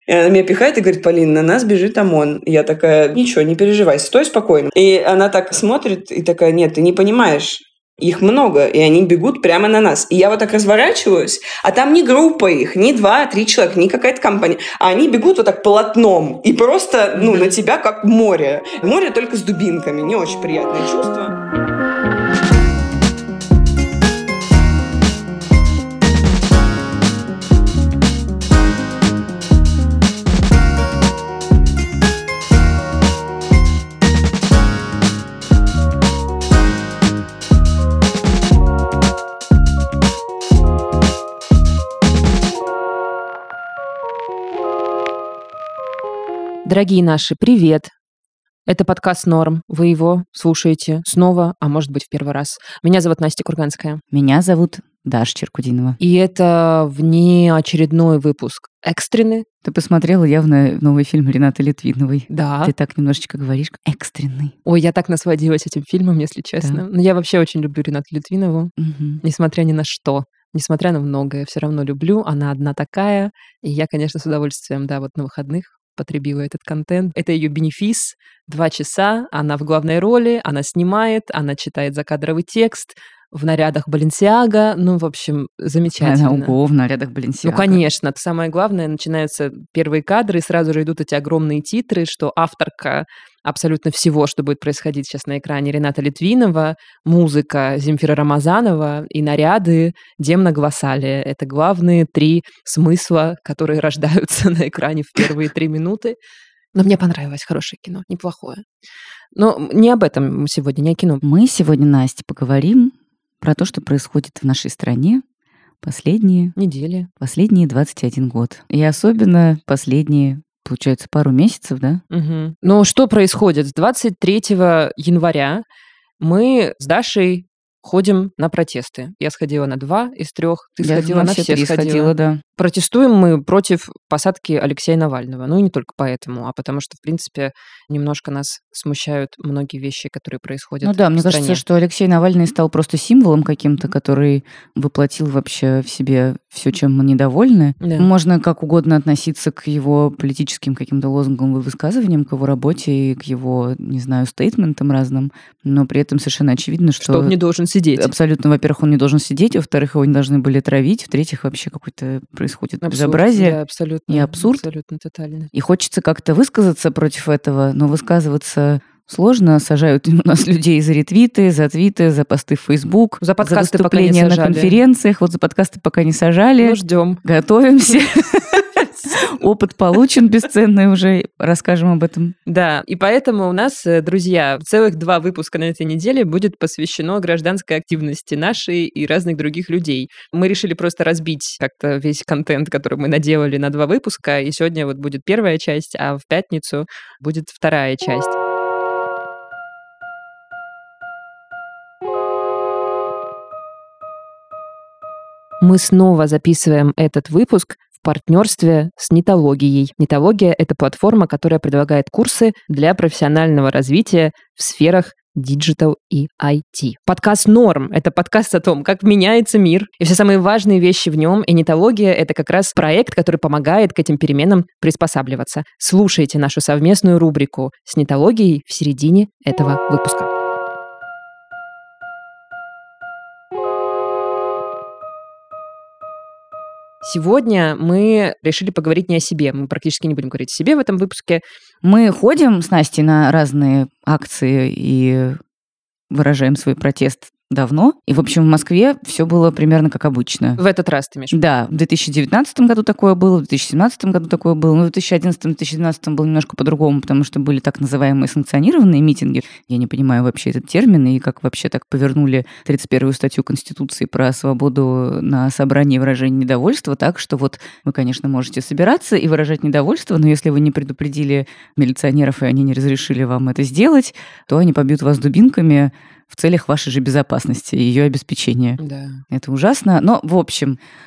И она меня пихает и говорит: Полин, на нас бежит ОМОН. И я такая: ничего, не переживай, стой спокойно. И она так смотрит и такая: нет, ты не понимаешь. Их много, и они бегут прямо на нас. И я вот так разворачиваюсь, а там не группа их, не 2-3 человека, не какая-то компания, а они бегут вот так полотном. И просто, на тебя как море. Море только с дубинками. Не очень приятное чувство. Дорогие наши, привет! Это подкаст «Норм». Вы его слушаете снова, а может быть в первый раз. Меня зовут Настя Курганская. Меня зовут Даша Черкудинова. И это внеочередной выпуск экстренный. Ты посмотрела явно новый фильм Ренаты Литвиновой. Да. Ты так немножечко говоришь, экстренный. Ой, я так насладилась этим фильмом, если честно. Да. Но я вообще очень люблю Ренату Литвинову, несмотря ни на что. Несмотря на многое, все равно люблю. Она одна такая. И я, конечно, с удовольствием, вот на выходных потребила этот контент. Это ее бенефис. 2 часа, она в главной роли, она снимает, она читает закадровый текст в нарядах Баленсиага. В общем, замечательно. Ого, в нарядах Баленсиага. Конечно. Самое главное, начинаются первые кадры, и сразу же идут эти огромные титры, что авторка абсолютно всего, что будет происходить сейчас на экране, Рената Литвинова, музыка Земфира Рамазанова и наряды Демна Гвасалия. Это главные 3 смысла, которые рождаются на экране в первые 3 минуты. Но мне понравилось, хорошее кино, неплохое. Но не об этом сегодня, не о кино. Мы сегодня, Настя, поговорим про то, что происходит в нашей стране последние 21 год. И особенно последние, получается, пару месяцев, да? Угу. Но что происходит? С 23 января мы с Дашей ходим на протесты. Я сходила на 2 из 3, ты сходила на все. Сходила, да. Протестуем мы против посадки Алексея Навального. И не только поэтому, а потому что, в принципе, немножко нас смущают многие вещи, которые происходят в стране. Мне кажется, что Алексей Навальный стал просто символом каким-то, который воплотил вообще в себе все, чем мы недовольны. Да. Можно как угодно относиться к его политическим каким-то лозунгам и высказываниям, к его работе и к его, не знаю, стейтментам разным, но при этом совершенно очевидно, что он не должен сидеть. Абсолютно, во-первых, он не должен сидеть, во-вторых, его не должны были травить, в-третьих, вообще какое-то происходит абсурд, безобразие, да, абсолютно, и абсурд. Абсолютно тотально. И хочется как-то высказаться против этого, но высказываться сложно. Сажают у нас людей за ретвиты, за твиты, за посты в Facebook, за подкасты за выступления на конференциях. Вот за подкасты пока не сажали. Ждем. Готовимся. Опыт получен бесценный уже, расскажем об этом. Да, и поэтому у нас, друзья, целых 2 выпуска на этой неделе будет посвящено гражданской активности нашей и разных других людей. Мы решили просто разбить как-то весь контент, который мы наделали на 2 выпуска, и сегодня будет первая часть, а в пятницу будет вторая часть. Мы снова записываем этот выпуск в партнерстве с Нетологией. Нетология — это платформа, которая предлагает курсы для профессионального развития в сферах диджитал и IT. Подкаст «Норм» — это подкаст о том, как меняется мир, и все самые важные вещи в нем, и Нетология — это как раз проект, который помогает к этим переменам приспосабливаться. Слушайте нашу совместную рубрику с Нетологией в середине этого выпуска. Сегодня мы решили поговорить не о себе. Мы практически не будем говорить о себе в этом выпуске. Мы ходим с Настей на разные акции и выражаем свой протест давно. И, в общем, в Москве все было примерно как обычно. В этот раз ты имеешь в виду? Да, в 2019 году такое было, в 2017 году такое было. Но в 2011-2012 было немножко по-другому, потому что были так называемые санкционированные митинги. Я не понимаю вообще этот термин, и как вообще так повернули 31-ю статью Конституции про свободу на собрании и выражение недовольства, так что вот вы, конечно, можете собираться и выражать недовольство, но если вы не предупредили милиционеров, и они не разрешили вам это сделать, то они побьют вас дубинками в целях вашей же безопасности и ее обеспечения. Да. Это ужасно. Но, в общем,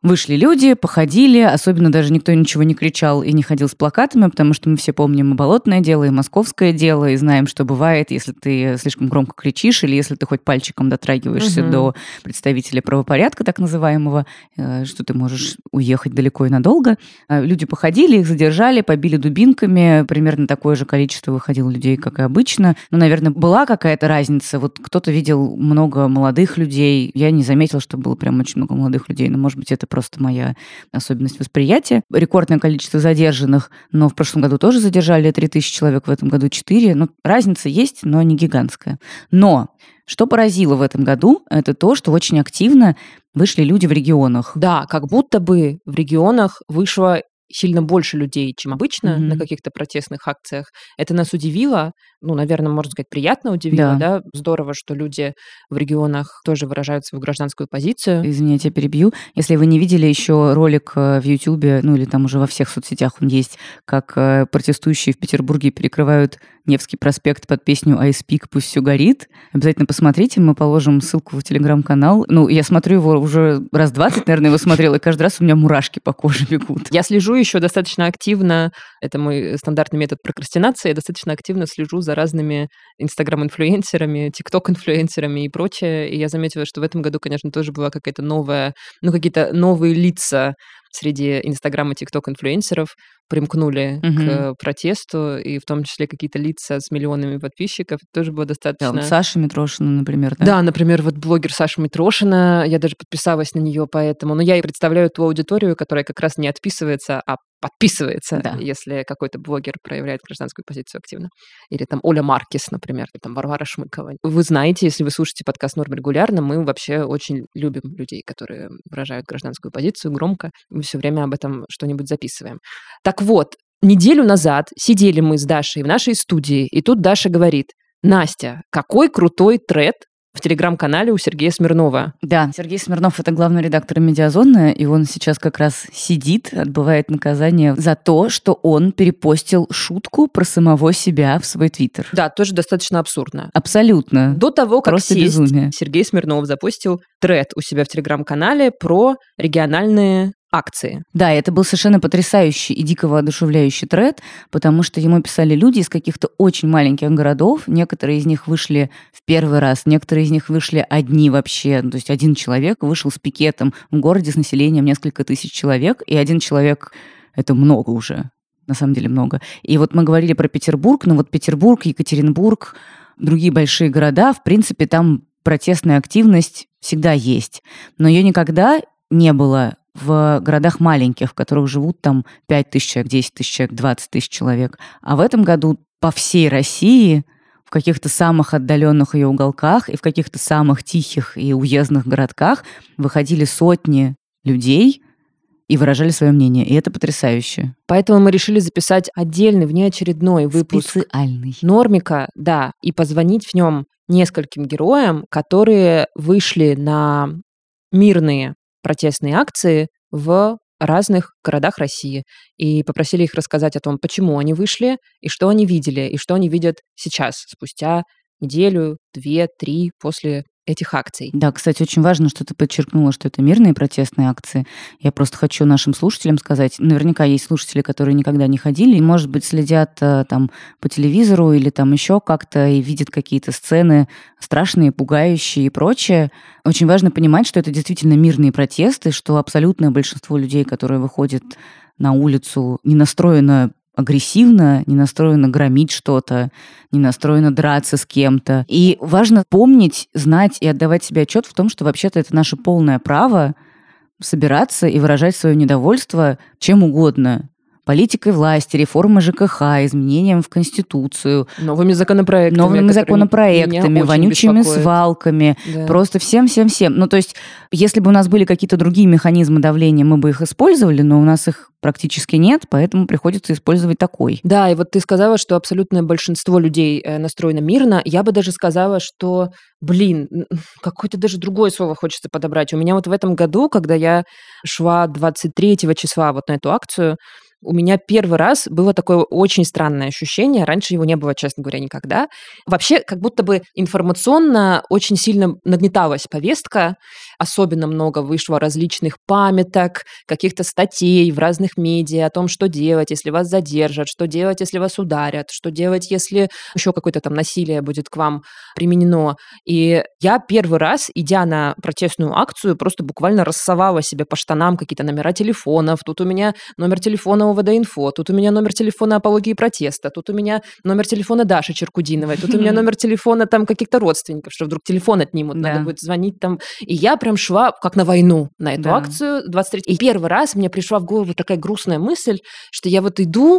Вышли люди, походили, особенно даже никто ничего не кричал и не ходил с плакатами, потому что мы все помним и болотное дело, и московское дело, и знаем, что бывает, если ты слишком громко кричишь, или если ты хоть пальчиком дотрагиваешься до представителя правопорядка, так называемого, что ты можешь уехать далеко и надолго. Люди походили, их задержали, побили дубинками, примерно такое же количество выходило людей, как и обычно. Но, наверное, была какая-то разница. Вот кто-то видел много молодых людей, я не заметила, что было прям очень много молодых людей, но, может быть, это просто моя особенность восприятия. Рекордное количество задержанных, но в прошлом году тоже задержали 3000 человек, в этом году 4. Ну, разница есть, но не гигантская. Но что поразило в этом году, это то, что очень активно вышли люди в регионах. Да, как будто бы в регионах вышло сильно больше людей, чем обычно на каких-то протестных акциях. Это нас удивило, ну, наверное, можно сказать, приятно удивило, да? Здорово, что люди в регионах тоже выражают свою гражданскую позицию. Извини, я тебя перебью. Если вы не видели еще ролик в Ютьюбе, ну, или там уже во всех соцсетях он есть, как протестующие в Петербурге перекрывают Невский проспект под песню «I speak, пусть все горит», обязательно посмотрите, мы положим ссылку в телеграм-канал. Ну, я смотрю его уже раз 20, наверное, его смотрела, и каждый раз у меня мурашки по коже бегут. Я слежу еще достаточно активно, это мой стандартный метод прокрастинации, я достаточно активно слежу за разными инстаграм-инфлюенсерами, тикток-инфлюенсерами и прочее, и я заметила, что в этом году, конечно, тоже была какая-то новая, ну, какие-то новые лица среди инстаграм и тикток-инфлюенсеров примкнули к протесту, и в том числе какие-то лица с миллионами подписчиков. Это тоже было достаточно... Да, Саша Митрошина, например, да? Да, например, вот блогер Саша Митрошина, я даже подписалась на нее поэтому. Но я и представляю ту аудиторию, которая как раз не отписывается, а подписывается, если какой-то блогер проявляет гражданскую позицию активно. Или там Оля Маркес, например, или там Варвара Шмыкова. Вы знаете, если вы слушаете подкаст «Норм» регулярно, мы вообще очень любим людей, которые выражают гражданскую позицию громко. Мы все время об этом что-нибудь записываем. Так вот, неделю назад сидели мы с Дашей в нашей студии, и тут Даша говорит: Настя, какой крутой тред в телеграм-канале у Сергея Смирнова. Да, Сергей Смирнов — это главный редактор «Медиазоны», и он сейчас как раз сидит, отбывает наказание за то, что он перепостил шутку про самого себя в свой твиттер. Да, тоже достаточно абсурдно. Абсолютно. До того, как просто сесть, безумие. Сергей Смирнов запустил тред у себя в телеграм-канале про региональные акции. Да, это был совершенно потрясающий и дико воодушевляющий тред, потому что ему писали люди из каких-то очень маленьких городов. Некоторые из них вышли в первый раз, некоторые из них вышли одни вообще. То есть один человек вышел с пикетом в городе с населением несколько тысяч человек, и один человек — это много уже, на самом деле много. И вот мы говорили про Петербург, но вот Петербург, Екатеринбург, другие большие города, в принципе, там протестная активность всегда есть. Но ее никогда не было в городах маленьких, в которых живут там 5 тысяч человек, 10 тысяч человек, 20 тысяч человек. А в этом году по всей России, в каких-то самых отдаленных ее уголках и в каких-то самых тихих и уездных городках выходили сотни людей и выражали свое мнение. И это потрясающе. Поэтому мы решили записать отдельный, внеочередной выпуск Специальный. Нормика, да, и позвонить в нем нескольким героям, которые вышли на мирные протестные акции в разных городах России. И попросили их рассказать о том, почему они вышли, и что они видели, и что они видят сейчас, спустя неделю, 2, 3 после этих акций. Да, кстати, очень важно, что ты подчеркнула, что это мирные протестные акции. Я просто хочу нашим слушателям сказать, наверняка есть слушатели, которые никогда не ходили, и, может быть, следят там по телевизору или там еще как-то и видят какие-то сцены страшные, пугающие и прочее. Очень важно понимать, что это действительно мирные протесты, что абсолютное большинство людей, которые выходят на улицу, не настроено агрессивно, не настроена громить что-то, не настроена драться с кем-то. И важно помнить, знать и отдавать себе отчет в том, что вообще-то это наше полное право собираться и выражать свое недовольство чем угодно. Политикой власти, реформой ЖКХ, изменением в Конституцию. Новыми законопроектами, вонючими свалками. Да. Просто всем-всем-всем. Ну, то есть, если бы у нас были какие-то другие механизмы давления, мы бы их использовали, но у нас их практически нет, поэтому приходится использовать такой. Да, и вот ты сказала, что абсолютное большинство людей настроено мирно. Я бы даже сказала, что, какое-то даже другое слово хочется подобрать. У меня вот в этом году, когда я шла 23 числа вот на эту акцию, У меня первый раз было такое очень странное ощущение. Раньше его не было, честно говоря, никогда. Вообще, как будто бы информационно очень сильно нагнеталась повестка. Особенно много вышло различных памяток, каких-то статей в разных медиа о том, что делать, если вас задержат, что делать, если вас ударят, что делать, если еще какое-то там насилие будет к вам применено. И я первый раз, идя на протестную акцию, просто буквально рассовала себе по штанам какие-то номера телефонов. Тут у меня номер телефона ОВД-инфо, тут у меня номер телефона апологии протеста, тут у меня номер телефона Даши Черкудиновой, тут у меня номер телефона там каких-то родственников, что вдруг телефон отнимут, надо будет звонить там. И я прям шла как на войну на эту акцию 23. И первый раз мне пришла в голову такая грустная мысль, что я вот иду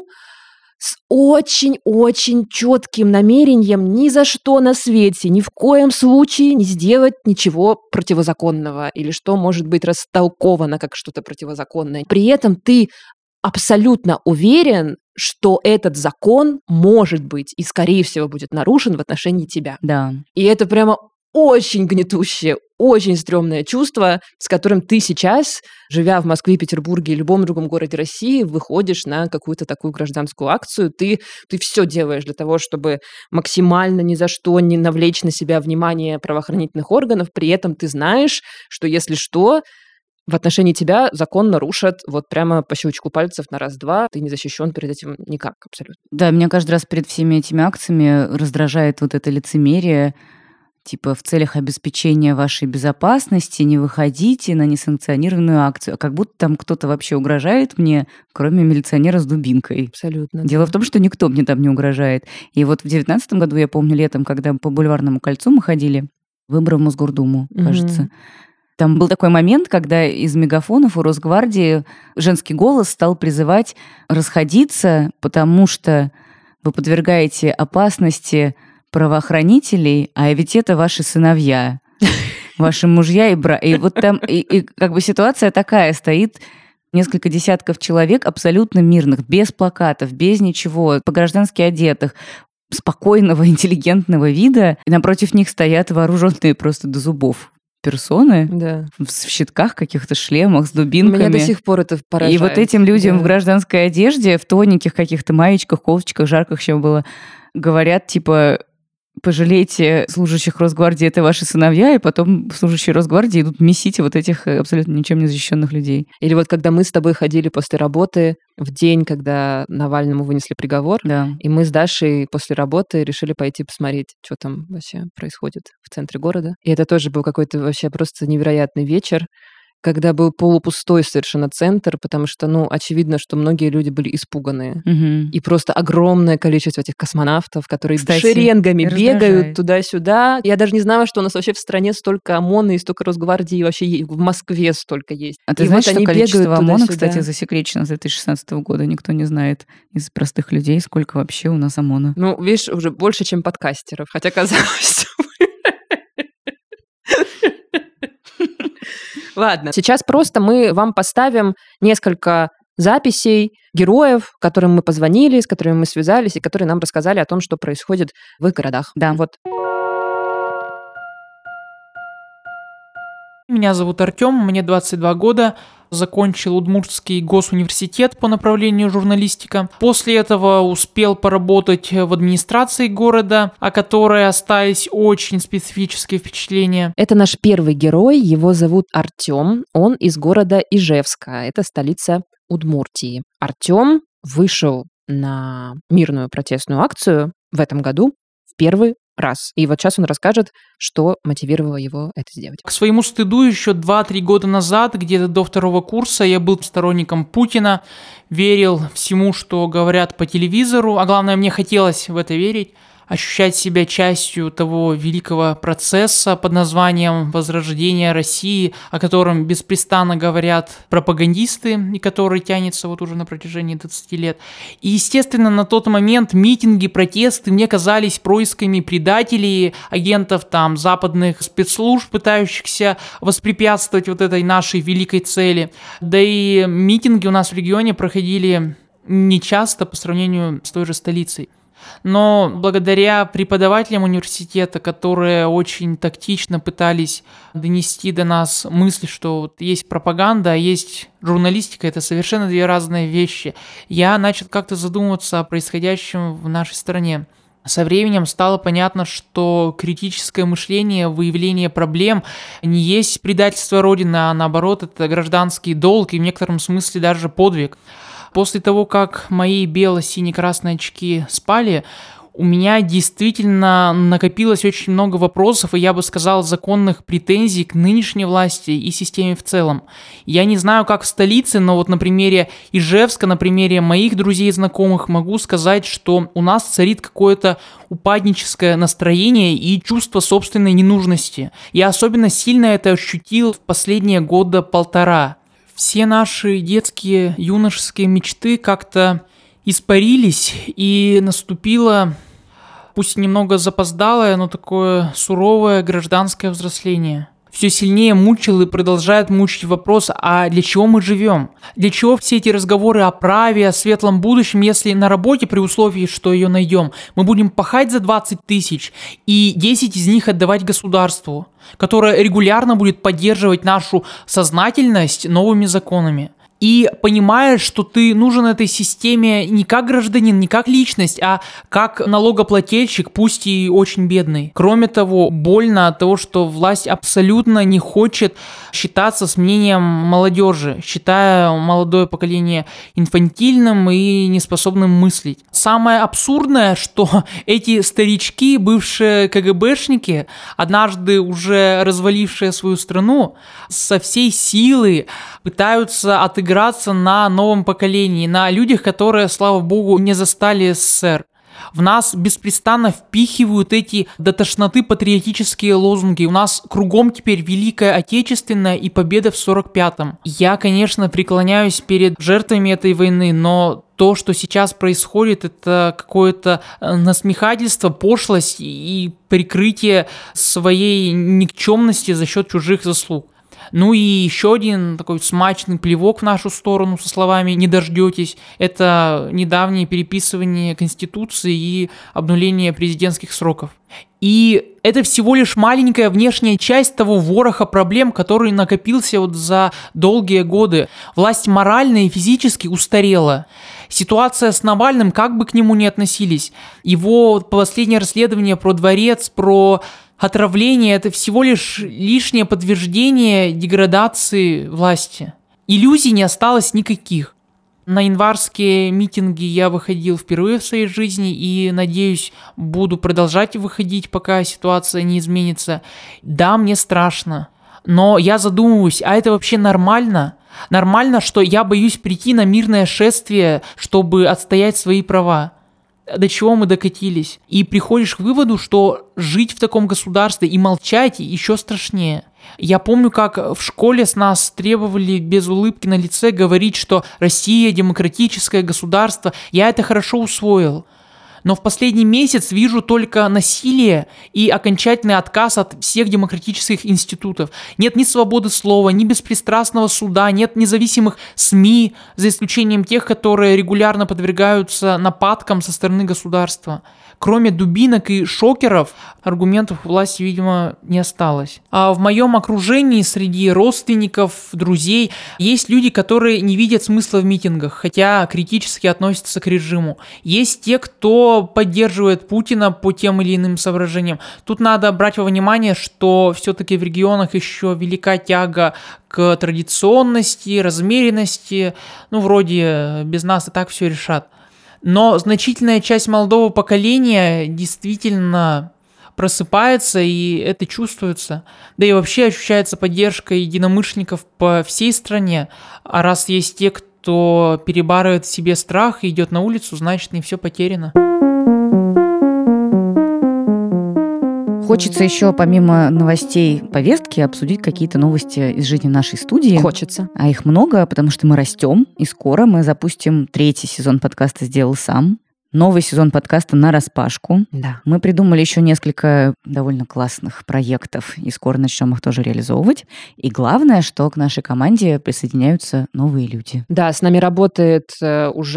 с очень-очень четким намерением ни за что на свете, ни в коем случае не сделать ничего противозаконного или что может быть растолковано как что-то противозаконное. При этом ты абсолютно уверен, что этот закон может быть и, скорее всего, будет нарушен в отношении тебя. Да. И это прямо очень гнетущее, очень стрёмное чувство, с которым ты сейчас, живя в Москве, Петербурге и любом другом городе России, выходишь на какую-то такую гражданскую акцию. Ты все делаешь для того, чтобы максимально ни за что не навлечь на себя внимание правоохранительных органов. При этом ты знаешь, что если что, в отношении тебя закон нарушат вот прямо по щелчку пальцев на раз-два. Ты не защищен перед этим никак абсолютно. Да, меня каждый раз перед всеми этими акциями раздражает вот это лицемерие. Типа в целях обеспечения вашей безопасности не выходите на несанкционированную акцию. А как будто там кто-то вообще угрожает мне, кроме милиционера с дубинкой. Абсолютно. Дело в том, что никто мне там не угрожает. И вот в 2019 году, я помню, летом, когда по Бульварному кольцу мы ходили, выборы в Мосгордуму, кажется, там был такой момент, когда из мегафонов у Росгвардии женский голос стал призывать расходиться, потому что вы подвергаете опасности правоохранителей, а ведь это ваши сыновья, ваши мужья и брат. И вот там и как бы ситуация такая, стоит несколько десятков человек абсолютно мирных, без плакатов, без ничего, по-граждански одетых, спокойного, интеллигентного вида, и напротив них стоят вооруженные просто до зубов персоны в щитках, каких-то шлемах, с дубинками. Меня до сих пор это поражает. И вот этим людям в гражданской одежде, в тоненьких каких-то маечках, кофточках, жарких еще было, говорят, типа, пожалейте служащих Росгвардии, это ваши сыновья, и потом служащие Росгвардии идут месить вот этих абсолютно ничем не защищенных людей. Или вот когда мы с тобой ходили после работы в день, когда Навальному вынесли приговор, и мы с Дашей после работы решили пойти посмотреть, что там вообще происходит в центре города. И это тоже был какой-то вообще просто невероятный вечер, когда был полупустой совершенно центр, потому что, очевидно, что многие люди были испуганы. И просто огромное количество этих космонавтов, которые шеренгами бегают туда-сюда. Я даже не знала, что у нас вообще в стране столько ОМОНа и столько Росгвардии, вообще в Москве столько есть. А ты знаешь, что количество ОМОНа, кстати, засекречено с 2016 года? Никто не знает из простых людей, сколько вообще у нас ОМОНа. Видишь, уже больше, чем подкастеров, хотя казалось... Ладно, сейчас просто мы вам поставим несколько записей героев, которым мы позвонили, с которыми мы связались и которые нам рассказали о том, что происходит в их городах. Да. Вот. Меня зовут Артём, мне 22 года. Закончил Удмуртский госуниверситет по направлению журналистика. После этого успел поработать в администрации города, о которой остались очень специфические впечатления. Это наш первый герой, его зовут Артём. Он из города Ижевска, это столица Удмуртии. Артём вышел на мирную протестную акцию в этом году в первый раз. И вот сейчас он расскажет, что мотивировало его это сделать. К своему стыду, еще 2-3 года назад, где-то до 2 курса, я был сторонником Путина, верил всему, что говорят по телевизору, а главное, мне хотелось в это верить, ощущать себя частью того великого процесса под названием «Возрождение России», о котором беспрестанно говорят пропагандисты, и который тянется вот уже на протяжении 20 лет. И, естественно, на тот момент митинги, протесты мне казались происками предателей, агентов там западных спецслужб, пытающихся воспрепятствовать вот этой нашей великой цели. Да и митинги у нас в регионе проходили нечасто по сравнению с той же столицей. Но благодаря преподавателям университета, которые очень тактично пытались донести до нас мысль, что вот есть пропаганда, а есть журналистика, это совершенно две разные вещи, я начал как-то задумываться о происходящем в нашей стране. Со временем стало понятно, что критическое мышление, выявление проблем не есть предательство Родины, а наоборот, это гражданский долг и в некотором смысле даже подвиг. После того, как мои бело-сине-красные очки спали, у меня действительно накопилось очень много вопросов, и я бы сказал, законных претензий к нынешней власти и системе в целом. Я не знаю, как в столице, но вот на примере Ижевска, на примере моих друзей и знакомых могу сказать, что у нас царит какое-то упадническое настроение и чувство собственной ненужности. Я особенно сильно это ощутил в последние года полтора. Все наши детские, юношеские мечты как-то испарились, и наступило, пусть немного запоздалое, но такое суровое гражданское взросление. Все сильнее мучил и продолжает мучить вопрос, а для чего мы живем? Для чего все эти разговоры о праве, о светлом будущем, если на работе, при условии, что ее найдем, мы будем пахать за 20 тысяч и 10 из них отдавать государству, которое регулярно будет поддерживать нашу сознательность новыми законами. И понимаешь, что ты нужен этой системе не как гражданин, не как личность, а как налогоплательщик, пусть и очень бедный. Кроме того, больно от того, что власть абсолютно не хочет считаться с мнением молодежи, считая молодое поколение инфантильным и неспособным мыслить. Самое абсурдное, что эти старички, бывшие КГБшники, однажды уже развалившие свою страну, со всей силы пытаются отыграться на новом поколении, на людях, которые, слава богу, не застали СССР. В нас беспрестанно впихивают эти до тошноты патриотические лозунги. У нас кругом теперь Великая Отечественная и победа в 45-м. Я, конечно, преклоняюсь перед жертвами этой войны, но то, что сейчас происходит, это какое-то насмехательство, пошлость и прикрытие своей никчемности за счет чужих заслуг. Ну и еще один такой смачный плевок в нашу сторону со словами «не дождетесь» — это недавнее переписывание Конституции и обнуление президентских сроков. И это всего лишь маленькая внешняя часть того вороха проблем, который накопился вот за долгие годы. Власть морально и физически устарела. Ситуация с Навальным, как бы к нему ни относились, его последнее расследование про дворец, про отравление — это всего лишь лишнее подтверждение деградации власти. Иллюзий не осталось никаких. На январские митинги я выходил впервые в своей жизни и, надеюсь, буду продолжать выходить, пока ситуация не изменится. Да, мне страшно, но я задумываюсь, а это вообще нормально? Нормально, что я боюсь прийти на мирное шествие, чтобы отстоять свои права? До чего мы докатились? И приходишь к выводу, что жить в таком государстве и молчать еще страшнее. Я помню, как в школе с нас требовали без улыбки на лице говорить, что Россия демократическое государство. Я это хорошо усвоил. Но в последний месяц вижу только насилие и окончательный отказ от всех демократических институтов. Нет ни свободы слова, ни беспристрастного суда, нет независимых СМИ, за исключением тех, которые регулярно подвергаются нападкам со стороны государства. Кроме дубинок и шокеров, аргументов у власти, видимо, не осталось. А в моем окружении, среди родственников, друзей, есть люди, которые не видят смысла в митингах, хотя критически относятся к режиму. Есть те, кто поддерживает Путина по тем или иным соображениям. Тут надо брать во внимание, что все-таки в регионах еще велика тяга к традиционности, размеренности. Ну, вроде без нас и так все решат. Но значительная часть молодого поколения действительно просыпается, и это чувствуется. Да и вообще ощущается поддержка единомышленников по всей стране. А раз есть те, кто перебарывает в себе страх и идет на улицу, значит, не все потеряно. Хочется еще, помимо новостей повестки, обсудить какие-то новости из жизни нашей студии. Хочется. А их много, потому что мы растем, и скоро мы запустим 3-й сезон подкаста «Сделал сам». Новый сезон подкаста нараспашку. Да. Мы придумали еще несколько довольно классных проектов, и скоро начнем их тоже реализовывать. И главное, что к нашей команде присоединяются новые люди. Да, с нами работает уже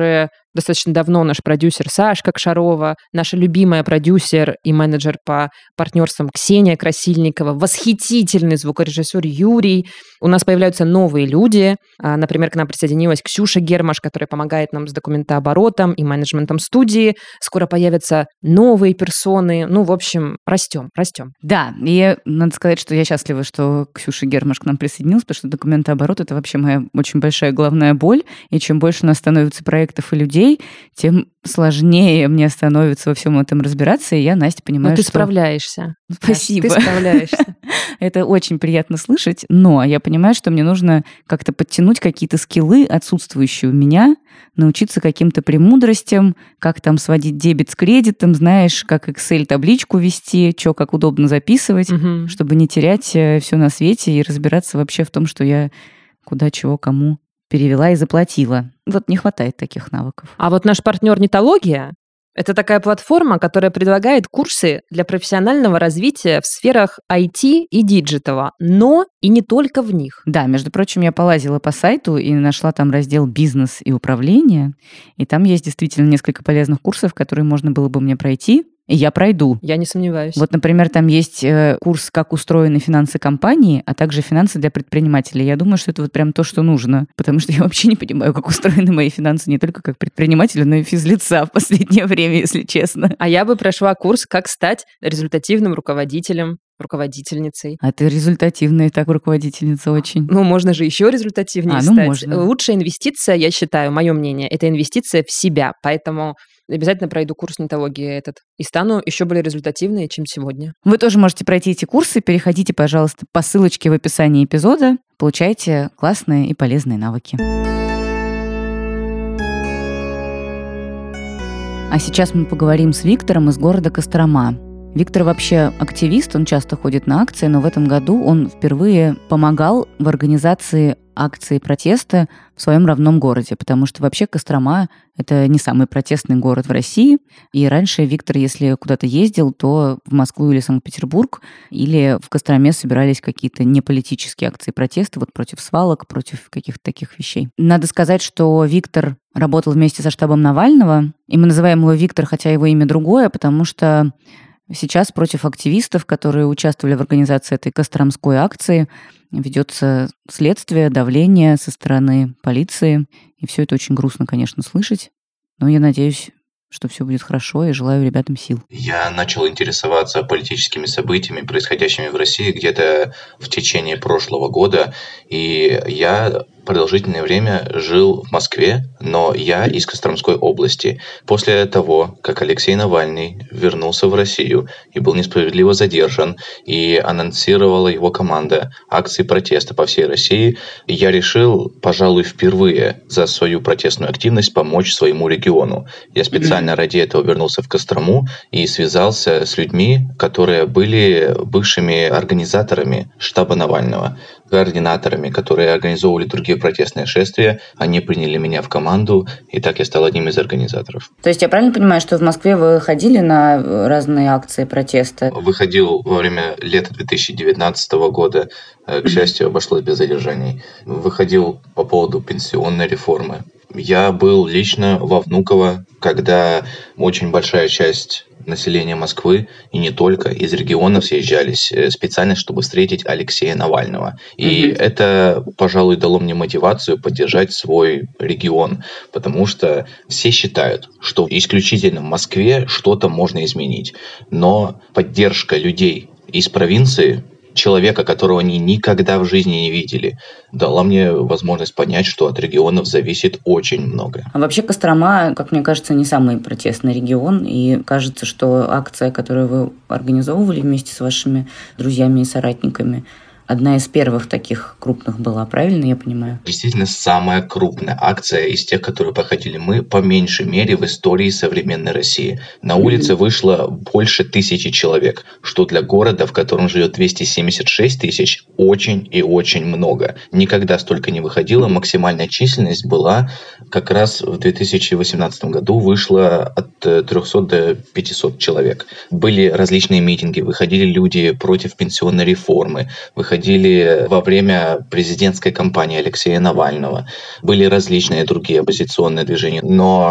достаточно давно наш продюсер Сашка Кшарова, наша любимая продюсер и менеджер по партнерствам Ксения Красильникова, восхитительный звукорежиссер Юрий. У нас появляются новые люди. Например, к нам присоединилась Ксюша Гермаш, которая помогает нам с документооборотом и менеджментом студии. Скоро появятся новые персоны. В общем, растем. Да, и надо сказать, что я счастлива, что Ксюша Гермаш к нам присоединилась, потому что документооборот — это вообще моя очень большая головная боль. И чем больше у нас становится проектов и людей, тем сложнее мне становится во всем этом разбираться. И я, Настя, понимаю, что... ты справляешься. Спасибо. Ты справляешься. Это очень приятно слышать, но я понимаю, что мне нужно как-то подтянуть какие-то скиллы, отсутствующие у меня, научиться каким-то премудростям, как там сводить дебет с кредитом, знаешь, как Excel-табличку вести, что как удобно записывать, чтобы не терять все на свете и разбираться вообще в том, что я куда, чего, кому перевела и заплатила. Вот не хватает таких навыков. А вот наш партнер «Нитология» — это такая платформа, которая предлагает курсы для профессионального развития в сферах IT и диджитала, но и не только в них. Да, между прочим, я полазила по сайту и нашла там раздел «Бизнес и управление», и там есть действительно несколько полезных курсов, которые можно было бы мне пройти, и я пройду. Я не сомневаюсь. Вот, например, там есть курс «Как устроены финансы компании», а также «Финансы для предпринимателей». Я думаю, что это вот прям то, что нужно, потому что я вообще не понимаю, как устроены мои финансы не только как предпринимателя, но и физлица в последнее время, если честно. А я бы прошла курс «Как стать результативным руководителем». Руководительницей. А ты результативная так руководительница очень. Можно же еще результативнее стать. Можно. Лучшая инвестиция, я считаю, мое мнение, это инвестиция в себя. Поэтому обязательно пройду курс нитологии этот и стану еще более результативной, чем сегодня. Вы тоже можете пройти эти курсы. Переходите, пожалуйста, по ссылочке в описании эпизода. Получайте классные и полезные навыки. А сейчас мы поговорим с Виктором из города Кострома. Виктор вообще активист, он часто ходит на акции, но в этом году он впервые помогал в организации акции протеста в своем родном городе, потому что вообще Кострома — это не самый протестный город в России. И раньше Виктор, если куда-то ездил, то в Москву или Санкт-Петербург, или в Костроме собирались какие-то неполитические акции протеста, вот против свалок, против каких-то таких вещей. Надо сказать, что Виктор работал вместе со штабом Навального, и мы называем его Виктор, хотя его имя другое, потому что сейчас против активистов, которые участвовали в организации этой костромской акции, ведется следствие, давление со стороны полиции. И все это очень грустно, конечно, слышать. Но я надеюсь, что все будет хорошо, и желаю ребятам сил. Я начал интересоваться политическими событиями, происходящими в России где-то в течение прошлого года. И я продолжительное время жил в Москве, но я из Костромской области. После того, как Алексей Навальный вернулся в Россию и был несправедливо задержан, и анонсировала его команда акции протеста по всей России, я решил, пожалуй, впервые за свою протестную активность помочь своему региону. Я специально ради этого вернулся в Кострому и связался с людьми, которые были бывшими организаторами штаба Навального, координаторами, которые организовывали другие протестные шествия. Они приняли меня в команду, и так я стал одним из организаторов. То есть я правильно понимаю, что в Москве вы ходили на разные акции протеста? Выходил во время лета 2019 года. К счастью, обошлось без задержаний. Выходил по поводу пенсионной реформы. Я был лично во Внуково, когда очень большая часть населения Москвы, и не только, из регионов съезжались специально, чтобы встретить Алексея Навального. И это, пожалуй, дало мне мотивацию поддержать свой регион, потому что все считают, что исключительно в Москве что-то можно изменить. Но поддержка людей из провинции, человека, которого они никогда в жизни не видели, дала мне возможность понять, что от регионов зависит очень много. А вообще Кострома, как мне кажется, не самый протестный регион, и кажется, что акция, которую вы организовывали вместе с вашими друзьями и соратниками, одна из первых таких крупных была, правильно я понимаю? Действительно, самая крупная акция из тех, которые проходили мы, по меньшей мере, в истории современной России. На улице вышло больше 1000 человек, что для города, в котором живет 276 тысяч, очень и очень много. Никогда столько не выходило. Максимальная численность была как раз в 2018 году, вышла от 300 до 500 человек. Были различные митинги, выходили люди против пенсионной реформы, выходили во время президентской кампании Алексея Навального. Были различные другие оппозиционные движения. Но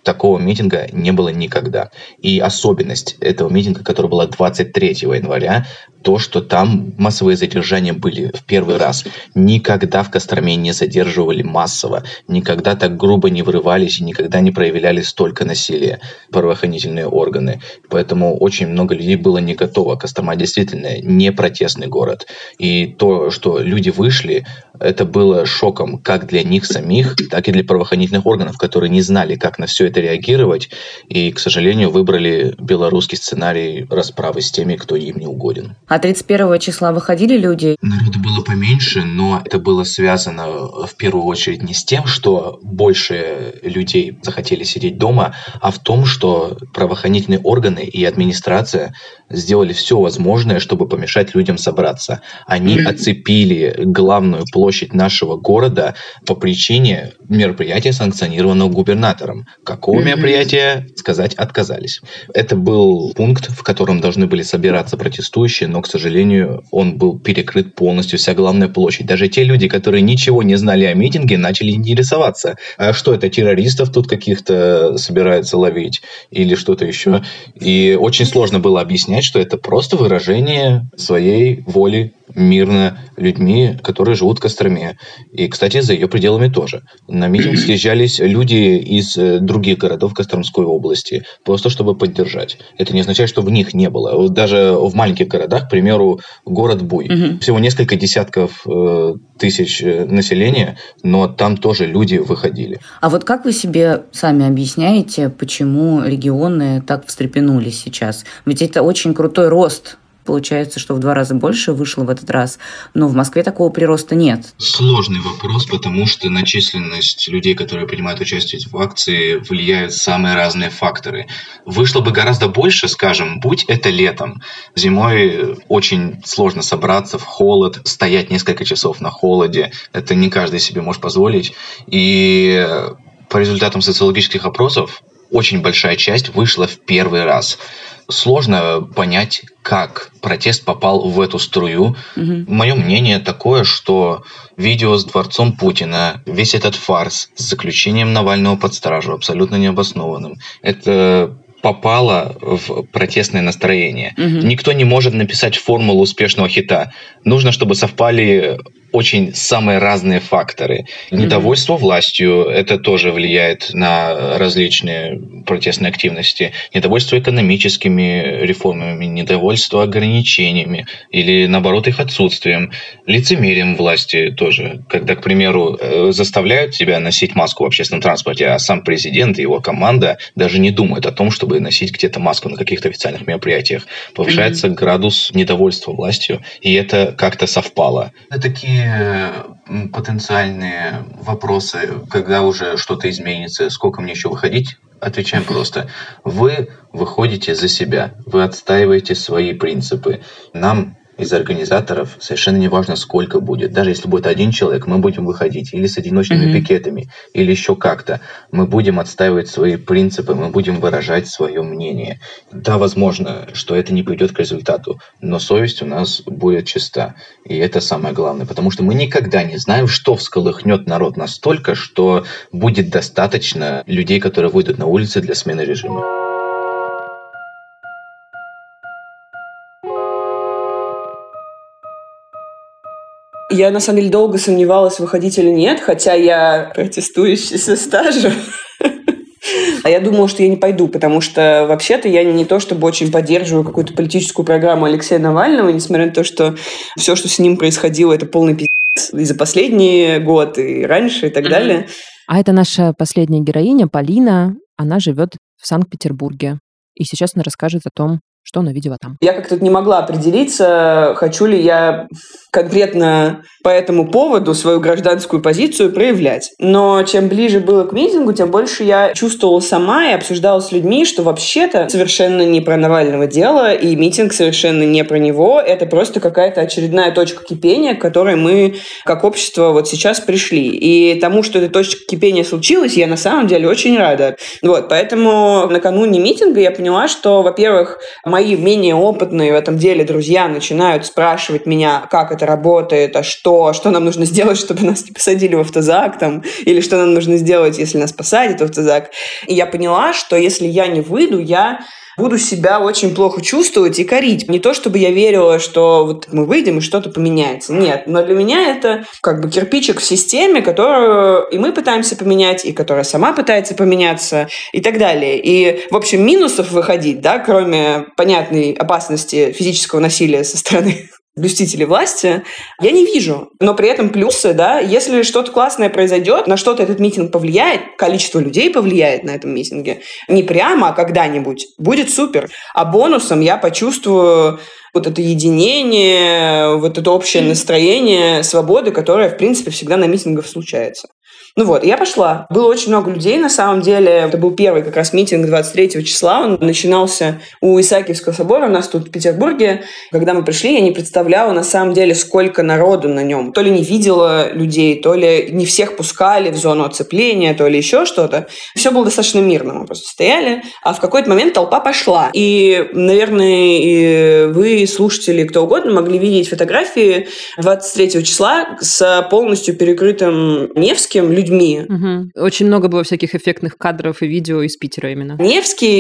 такого митинга не было никогда. И особенность этого митинга, который была 23 января, то, что там массовые задержания были в первый раз. Никогда в Костроме не задерживали массово, никогда так грубо не врывались и никогда не проявляли столько насилия правоохранительные органы. Поэтому очень много людей было не готово. Кострома действительно не протестный город. И то, что люди вышли, это было шоком как для них самих, так и для правоохранительных органов, которые не знали, как на все это реагировать. И, к сожалению, выбрали белорусский сценарий расправы с теми, кто им не угоден. А 31 числа выходили люди? Народу было поменьше, но это было связано в первую очередь не с тем, что больше людей захотели сидеть дома, а в том, что правоохранительные органы и администрация сделали все возможное, чтобы помешать людям собраться. Они оцепили главную площадь нашего города по причине мероприятия, санкционированного губернатором. Какого мероприятия, сказать отказались. Это был пункт, в котором должны были собираться протестующие, но, к сожалению, он был перекрыт полностью, вся главная площадь. Даже те люди, которые ничего не знали о митинге, начали интересоваться. А что это, террористов тут каких-то собираются ловить? Или что-то еще? И очень сложно было объяснять, что это просто выражение своей воли мирно людьми, которые живут в Костроме. И, кстати, за ее пределами тоже. На митинг съезжались люди из других городов Костромской области, просто чтобы поддержать. Это не означает, что в них не было. Даже в маленьких городах, к примеру, город Буй. Всего несколько десятков тысяч населения, но там тоже люди выходили. А вот как вы себе сами объясняете, почему регионы так встрепенулись сейчас? Ведь это очень крутой рост. Получается, что в 2 раза больше вышло в этот раз, но в Москве такого прироста нет. Сложный вопрос, потому что на численность людей, которые принимают участие в акции, влияют самые разные факторы. Вышло бы гораздо больше, скажем, будь это летом. Зимой очень сложно собраться в холод, стоять несколько часов на холоде. Это не каждый себе может позволить. И по результатам социологических опросов очень большая часть вышла в первый раз. Сложно понять, как протест попал в эту струю. Мое мнение такое, что видео с дворцом Путина, весь этот фарс с заключением Навального под стражу, абсолютно необоснованным, это попало в протестное настроение. Никто не может написать формулу успешного хита. Нужно, чтобы совпали очень самые разные факторы. Недовольство властью, это тоже влияет на различные протестные активности. Недовольство экономическими реформами, недовольство ограничениями или, наоборот, их отсутствием. Лицемерием власти тоже. Когда, к примеру, заставляют тебя носить маску в общественном транспорте, а сам президент и его команда даже не думают о том, чтобы носить где-то маску на каких-то официальных мероприятиях. Повышается градус недовольства властью, и это как-то совпало. Это такие потенциальные вопросы, когда уже что-то изменится, сколько мне еще выходить, отвечаем просто. Вы выходите за себя, вы отстаиваете свои принципы. Нам из организаторов совершенно не важно, сколько будет. Даже если будет 1 человек, мы будем выходить или с одиночными пикетами, или еще как-то. Мы будем отстаивать свои принципы, мы будем выражать свое мнение. Да, возможно, что это не приведет к результату, но совесть у нас будет чиста. И это самое главное, потому что мы никогда не знаем, что всколыхнет народ настолько, что будет достаточно людей, которые выйдут на улицы для смены режима. Я, на самом деле, долго сомневалась, выходить или нет, хотя я протестующий со стажем. А я думала, что я не пойду, потому что вообще-то я не то чтобы очень поддерживаю какую-то политическую программу Алексея Навального, несмотря на то, что все, что с ним происходило, это полный пиздец и за последний год, и раньше, и так далее. А это наша последняя героиня, Полина. Она живет в Санкт-Петербурге. И сейчас она расскажет о том, что она видела там. Я как-то не могла определиться, хочу ли я конкретно по этому поводу свою гражданскую позицию проявлять. Но чем ближе было к митингу, тем больше я чувствовала сама и обсуждала с людьми, что вообще-то совершенно не про Навального дело, и митинг совершенно не про него. Это просто какая-то очередная точка кипения, к которой мы, как общество, вот сейчас пришли. И тому, что эта точка кипения случилась, я на самом деле очень рада. Вот, поэтому накануне митинга я поняла, что, во-первых, мои менее опытные в этом деле друзья начинают спрашивать меня, как это работает, что нам нужно сделать, чтобы нас не посадили в автозак, или что нам нужно сделать, если нас посадят в автозак. И я поняла, что если я не выйду, я буду себя очень плохо чувствовать и корить. Не то, чтобы я верила, что вот мы выйдем и что-то поменяется. Нет, но для меня это как бы кирпичик в системе, которую и мы пытаемся поменять, и которая сама пытается поменяться, и так далее. И, в общем, минусов выходить, да, кроме понятной опасности физического насилия со стороны блюстителей власти, я не вижу. Но при этом плюсы, да, если что-то классное произойдет, на что-то этот митинг повлияет, количество людей повлияет на этом митинге, не прямо, а когда-нибудь, будет супер. А бонусом я почувствую вот это единение, вот это общее настроение свободы, которое, в принципе, всегда на митингах случается. Ну вот, я пошла. Было очень много людей, на самом деле. Это был первый как раз митинг 23 числа. Он начинался у Исаакиевского собора у нас тут в Петербурге. Когда мы пришли, я не представляла, на самом деле, сколько народу на нем. То ли не видела людей, то ли не всех пускали в зону оцепления, то ли еще что-то. Все было достаточно мирно. Мы просто стояли. А в какой-то момент толпа пошла. И, наверное, и вы, слушатели, кто угодно, могли видеть фотографии 23 числа с полностью перекрытым Невским людьми. Угу. Очень много было всяких эффектных кадров и видео из Питера именно. Невский —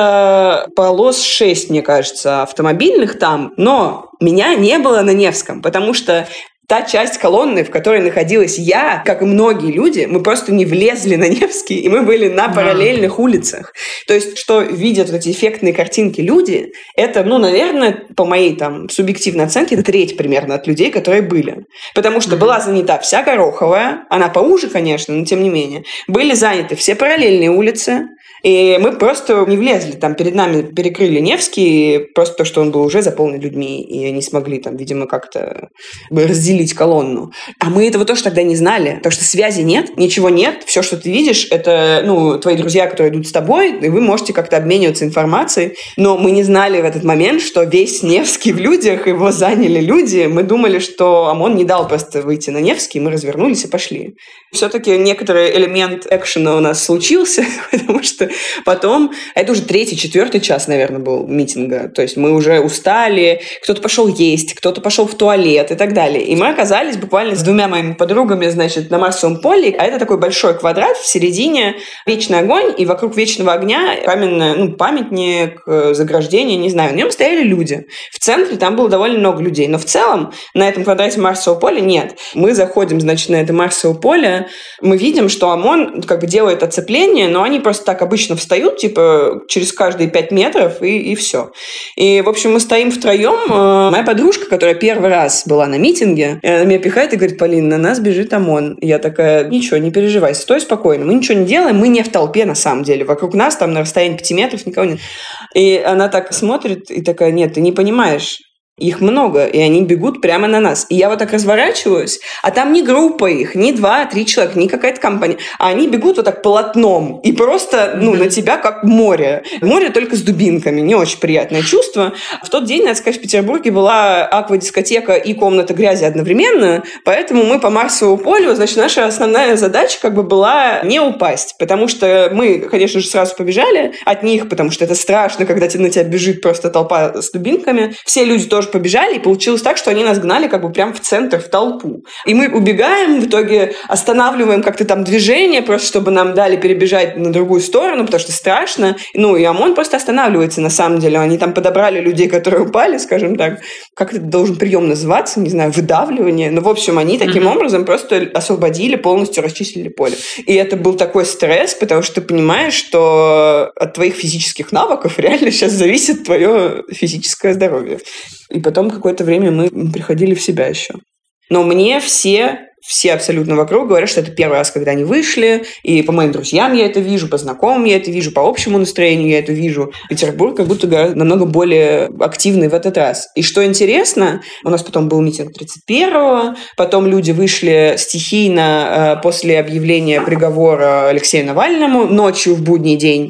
это полос 6, мне кажется, автомобильных там, но меня не было на Невском, потому что та часть колонны, в которой находилась я, как и многие люди, мы просто не влезли на Невский, и мы были на параллельных улицах. То есть, что видят вот эти эффектные картинки люди, это, наверное, по моей субъективной оценке, это треть примерно от людей, которые были. Потому что была занята вся Гороховая, она поуже, конечно, но тем не менее. Были заняты все параллельные улицы, и мы просто не влезли. Перед нами перекрыли Невский, просто то, что он был уже заполнен людьми, и они смогли видимо, как-то разделить колонну. А мы этого тоже тогда не знали, потому что связи нет, ничего нет. Все, что ты видишь, это твои друзья, которые идут с тобой, и вы можете как-то обмениваться информацией. Но мы не знали в этот момент, что весь Невский в людях, его заняли люди. Мы думали, что ОМОН не дал просто выйти на Невский, мы развернулись и пошли. Все-таки некоторый элемент экшена у нас случился, потому что потом, это уже 3-4 час, наверное, был митинга, то есть мы уже устали, кто-то пошел есть, кто-то пошел в туалет и так далее. И мы оказались буквально с 2 моими подругами, на Марсовом поле, а это такой большой квадрат, в середине вечный огонь, и вокруг вечного огня каменный, памятник, заграждение, не знаю, на нем стояли люди. В центре там было довольно много людей, но в целом на этом квадрате Марсового поля нет. Мы заходим, на это Марсово поле, мы видим, что ОМОН делает оцепление, но они просто так обычно встают, через каждые 5 метров, и все. И, в общем, мы стоим втроем. Моя подружка, которая первый раз была на митинге, она меня пихает и говорит: Полин, на нас бежит ОМОН. И я такая: ничего, не переживай, стой спокойно, мы ничего не делаем, мы не в толпе на самом деле. Вокруг нас на расстоянии 5 метров никого нет. И она так смотрит и такая: нет, ты не понимаешь. Их много, и они бегут прямо на нас. И я вот так разворачиваюсь, а там не группа их, не 2-3 человека, не какая-то компания, а они бегут вот так полотном, и просто, на тебя как море. Море только с дубинками, не очень приятное чувство. В тот день, надо сказать, в Петербурге была аквадискотека и комната грязи одновременно, поэтому мы по Марсовому полю, наша основная задача была не упасть, потому что мы, конечно же, сразу побежали от них, потому что это страшно, когда на тебя бежит просто толпа с дубинками. Все люди тоже побежали, и получилось так, что они нас гнали прям в центр, в толпу. И мы убегаем, в итоге останавливаем как-то движение, просто чтобы нам дали перебежать на другую сторону, потому что страшно. И ОМОН просто останавливается на самом деле. Они подобрали людей, которые упали, скажем так. Как это должен прием называться? Не знаю, выдавливание. В общем, они таким образом просто освободили, полностью расчистили поле. И это был такой стресс, потому что ты понимаешь, что от твоих физических навыков реально сейчас зависит твое физическое здоровье. И потом какое-то время мы приходили в себя еще. Но мне все абсолютно вокруг говорят, что это первый раз, когда они вышли, и по моим друзьям я это вижу, по знакомым я это вижу, по общему настроению я это вижу. Петербург как будто намного более активный в этот раз. И что интересно, у нас потом был митинг 31-го, потом люди вышли стихийно после объявления приговора Алексею Навальному ночью в будний день.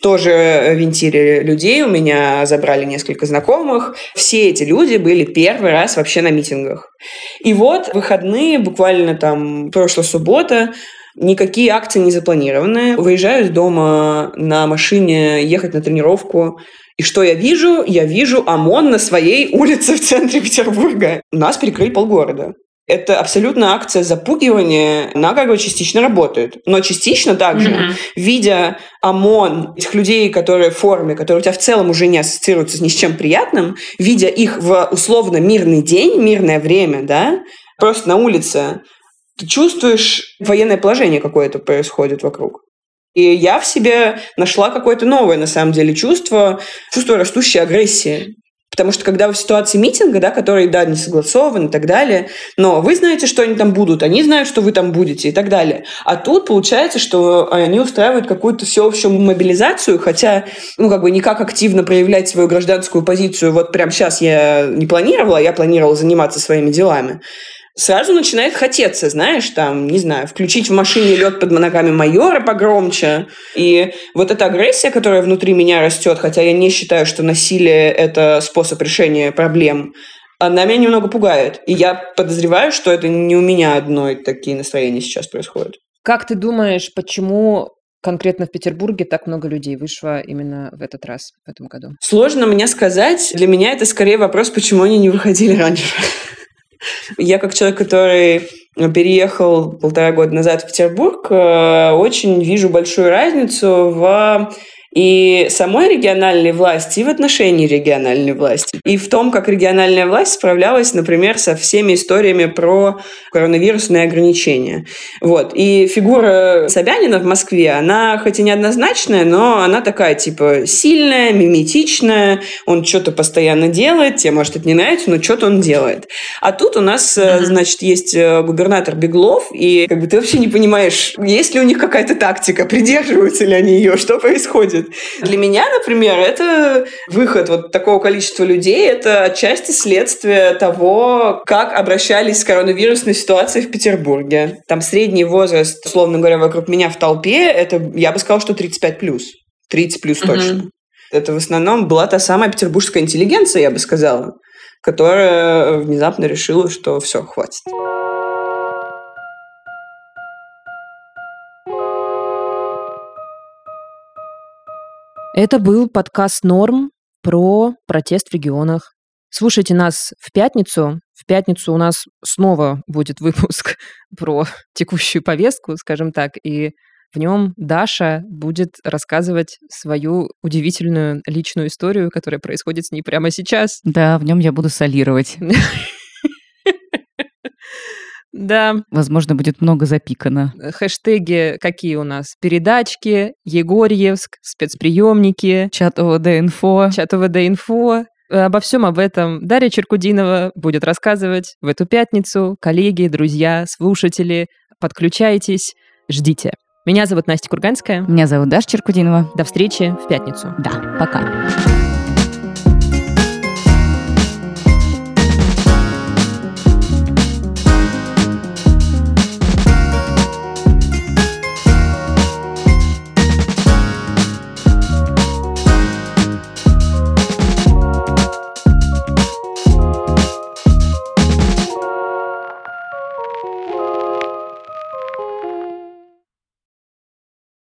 Тоже винтили людей, у меня забрали несколько знакомых. Все эти люди были первый раз вообще на митингах. И вот в выходные, буквально прошлая суббота, Никакие акции не запланированы. Выезжаю из дома на машине ехать на тренировку. И что я вижу? Я вижу ОМОН на своей улице в центре Петербурга. Нас перекрыли полгорода. Это абсолютно акция запугивания, она как бы частично работает. Но частично также, видя ОМОН, этих людей, которые в форме, которые у тебя в целом уже не ассоциируются ни с чем приятным, видя их в условно мирный день, мирное время, да, просто на улице, ты чувствуешь, военное положение какое-то происходит вокруг. И я в себе нашла какое-то новое, на самом деле, чувство растущей агрессии. Потому что когда вы в ситуации митинга, да, который, да, не согласован и так далее, но вы знаете, что они там будут, они знают, что вы там будете и так далее. А тут получается, что они устраивают какую-то всеобщую мобилизацию, хотя, никак активно проявлять свою гражданскую позицию вот прямо сейчас я не планировала, я планировала заниматься своими делами. Сразу начинает хотеться, знаешь, включить в машине лед под ногами майора погромче. И вот эта агрессия, которая внутри меня растет, хотя я не считаю, что насилие – это способ решения проблем, она меня немного пугает. И я подозреваю, что это не у меня одной такие настроения сейчас происходят. Как ты думаешь, почему конкретно в Петербурге так много людей вышло именно в этот раз, в этом году? Сложно мне сказать. Для меня это скорее вопрос, почему они не выходили раньше. Я как человек, который переехал 1,5 года назад в Петербург, очень вижу большую разницу в и самой региональной власти, и в отношении региональной власти. И в том, как региональная власть справлялась, например, со всеми историями про коронавирусные ограничения. Вот. И фигура Собянина в Москве, она хоть и неоднозначная, но она такая, сильная, миметичная, он что-то постоянно делает, тебе, может, это не нравится, но что-то он делает. А тут у нас, есть губернатор Беглов, и ты вообще не понимаешь, есть ли у них какая-то тактика, придерживаются ли они ее, что происходит. Для меня, например, это выход вот такого количества людей, это отчасти следствие того, как обращались с коронавирусной ситуацией в Петербурге. Там средний возраст, условно говоря, вокруг меня в толпе, это, я бы сказала, что 35+. 30+ точно. Это в основном была та самая петербургская интеллигенция, я бы сказала, которая внезапно решила, что все, хватит. Это был подкаст «Норм» про протест в регионах. Слушайте нас в пятницу. В пятницу у нас снова будет выпуск про текущую повестку, скажем так, и в нем Даша будет рассказывать свою удивительную личную историю, которая происходит с ней прямо сейчас. Да, в нем я буду солировать. Да. Возможно, будет много запикано. Хэштеги какие у нас? Передачки, Егорьевск, спецприемники. Чат ОВД-инфо. Чат ОВД-инфо. Обо всем об этом Дарья Черкудинова будет рассказывать в эту пятницу. Коллеги, друзья, слушатели, подключайтесь, ждите. Меня зовут Настя Курганская. Меня зовут Даша Черкудинова. До встречи в пятницу. Да, пока.